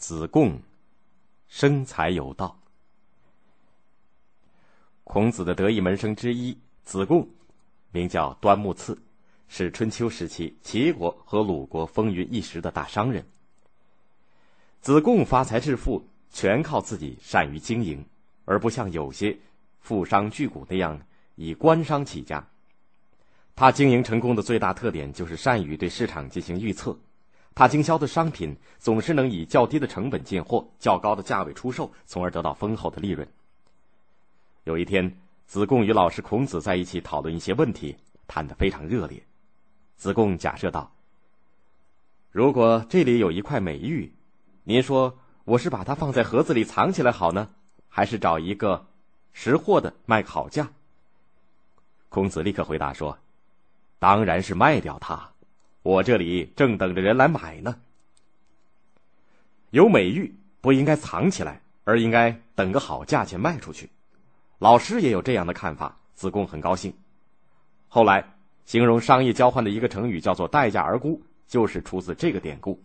子贡生财有道。孔子的得意门生之一子贡，名叫端木赐，是春秋时期齐国和鲁国风云一时的大商人。子贡发财致富全靠自己善于经营，而不像有些富商巨贾那样以官商起家。他经营成功的最大特点就是善于对市场进行预测，他经销的商品总是能以较低的成本进货，较高的价位出售，从而得到丰厚的利润。有一天，子贡与老师孔子在一起讨论一些问题，谈得非常热烈。子贡假设道：如果这里有一块美玉，您说我是把它放在盒子里藏起来好呢，还是找一个识货的卖个好价？孔子立刻回答说：当然是卖掉它，我这里正等着人来买呢。有美玉不应该藏起来，而应该等个好价钱卖出去。老师也有这样的看法，子贡很高兴。后来形容商业交换的一个成语叫做待价而沽，就是出自这个典故。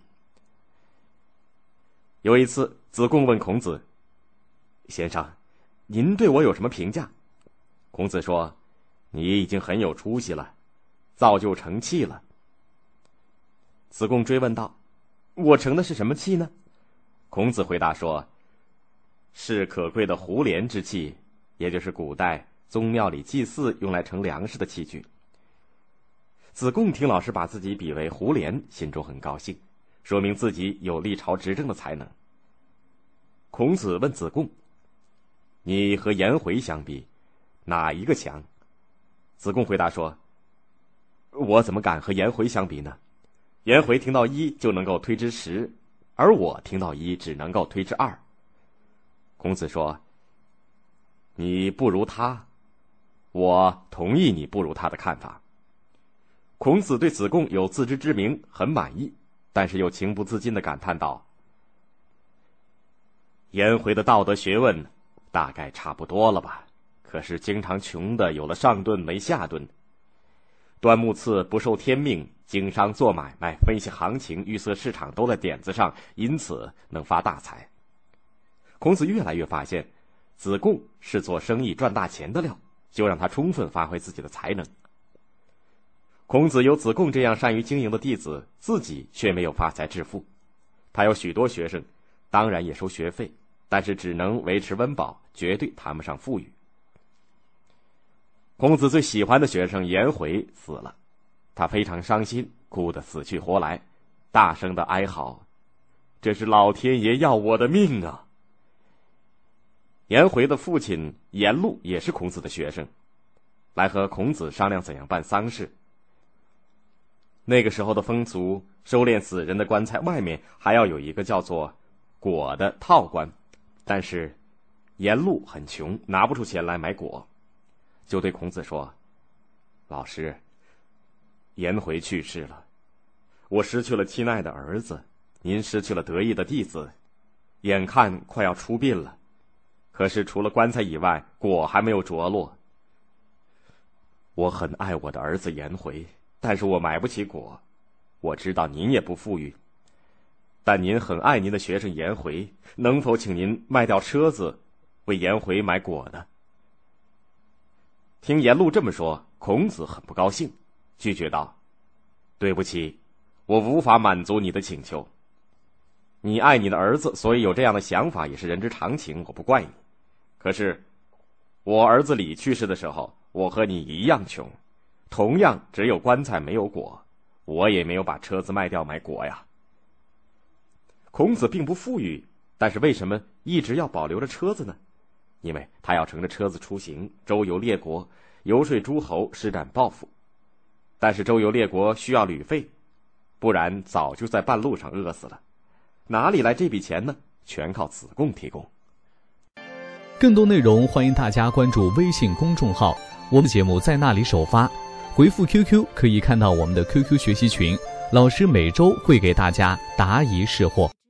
有一次，子贡问孔子：先生，您对我有什么评价？孔子说：你已经很有出息了，造就成器了。子贡追问道：我成的是什么器呢？孔子回答说：是可贵的胡连之器，也就是古代宗庙里祭祀用来盛粮食的器具。子贡听老师把自己比为胡连，心中很高兴，说明自己有历朝执政的才能。孔子问子贡：你和颜回相比，哪一个强？子贡回答说：我怎么敢和颜回相比呢？颜回听到一就能够推之10，而我听到一只能够推之2。孔子说：你不如他，我同意你不如他的看法。孔子对子贡有自知之明很满意，但是又情不自禁地感叹道：颜回的道德学问大概差不多了吧，可是经常穷的有了上顿没下顿。端木赐不受天命，经商做买卖，分析行情，预测市场都在点子上，因此能发大财。孔子越来越发现子贡是做生意赚大钱的料，就让他充分发挥自己的才能。孔子有子贡这样善于经营的弟子，自己却没有发财致富。他有许多学生，当然也收学费，但是只能维持温饱，绝对谈不上富裕。孔子最喜欢的学生颜回死了，他非常伤心，哭得死去活来，大声的哀嚎：这是老天爷要我的命啊！颜回的父亲颜路也是孔子的学生，来和孔子商量怎样办丧事。那个时候的风俗，收敛死人的棺材外面还要有一个叫做椁的套棺，但是颜路很穷，拿不出钱来买椁，就对孔子说：老师，颜回去世了，我失去了亲爱的儿子，您失去了得意的弟子，眼看快要出殡了，可是除了棺材以外，椁还没有着落。我很爱我的儿子颜回，但是我买不起椁。我知道您也不富裕，但您很爱您的学生颜回，能否请您卖掉车子，为颜回买椁呢？听颜路这么说，孔子很不高兴，拒绝道：对不起，我无法满足你的请求。你爱你的儿子，所以有这样的想法也是人之常情，我不怪你。可是我儿子李去世的时候，我和你一样穷，同样只有棺材没有椁，我也没有把车子卖掉买椁呀。孔子并不富裕，但是为什么一直要保留着车子呢？因为他要乘着车子出行，周游列国，游说诸侯，施展抱负。但是周游列国需要旅费，不然早就在半路上饿死了。哪里来这笔钱呢？全靠子贡提供。 更多内容欢迎大家关注微信公众号，我们节目在那里首发。回复 QQ 可以看到我们的 QQ 学习群，老师每周会给大家答疑释惑。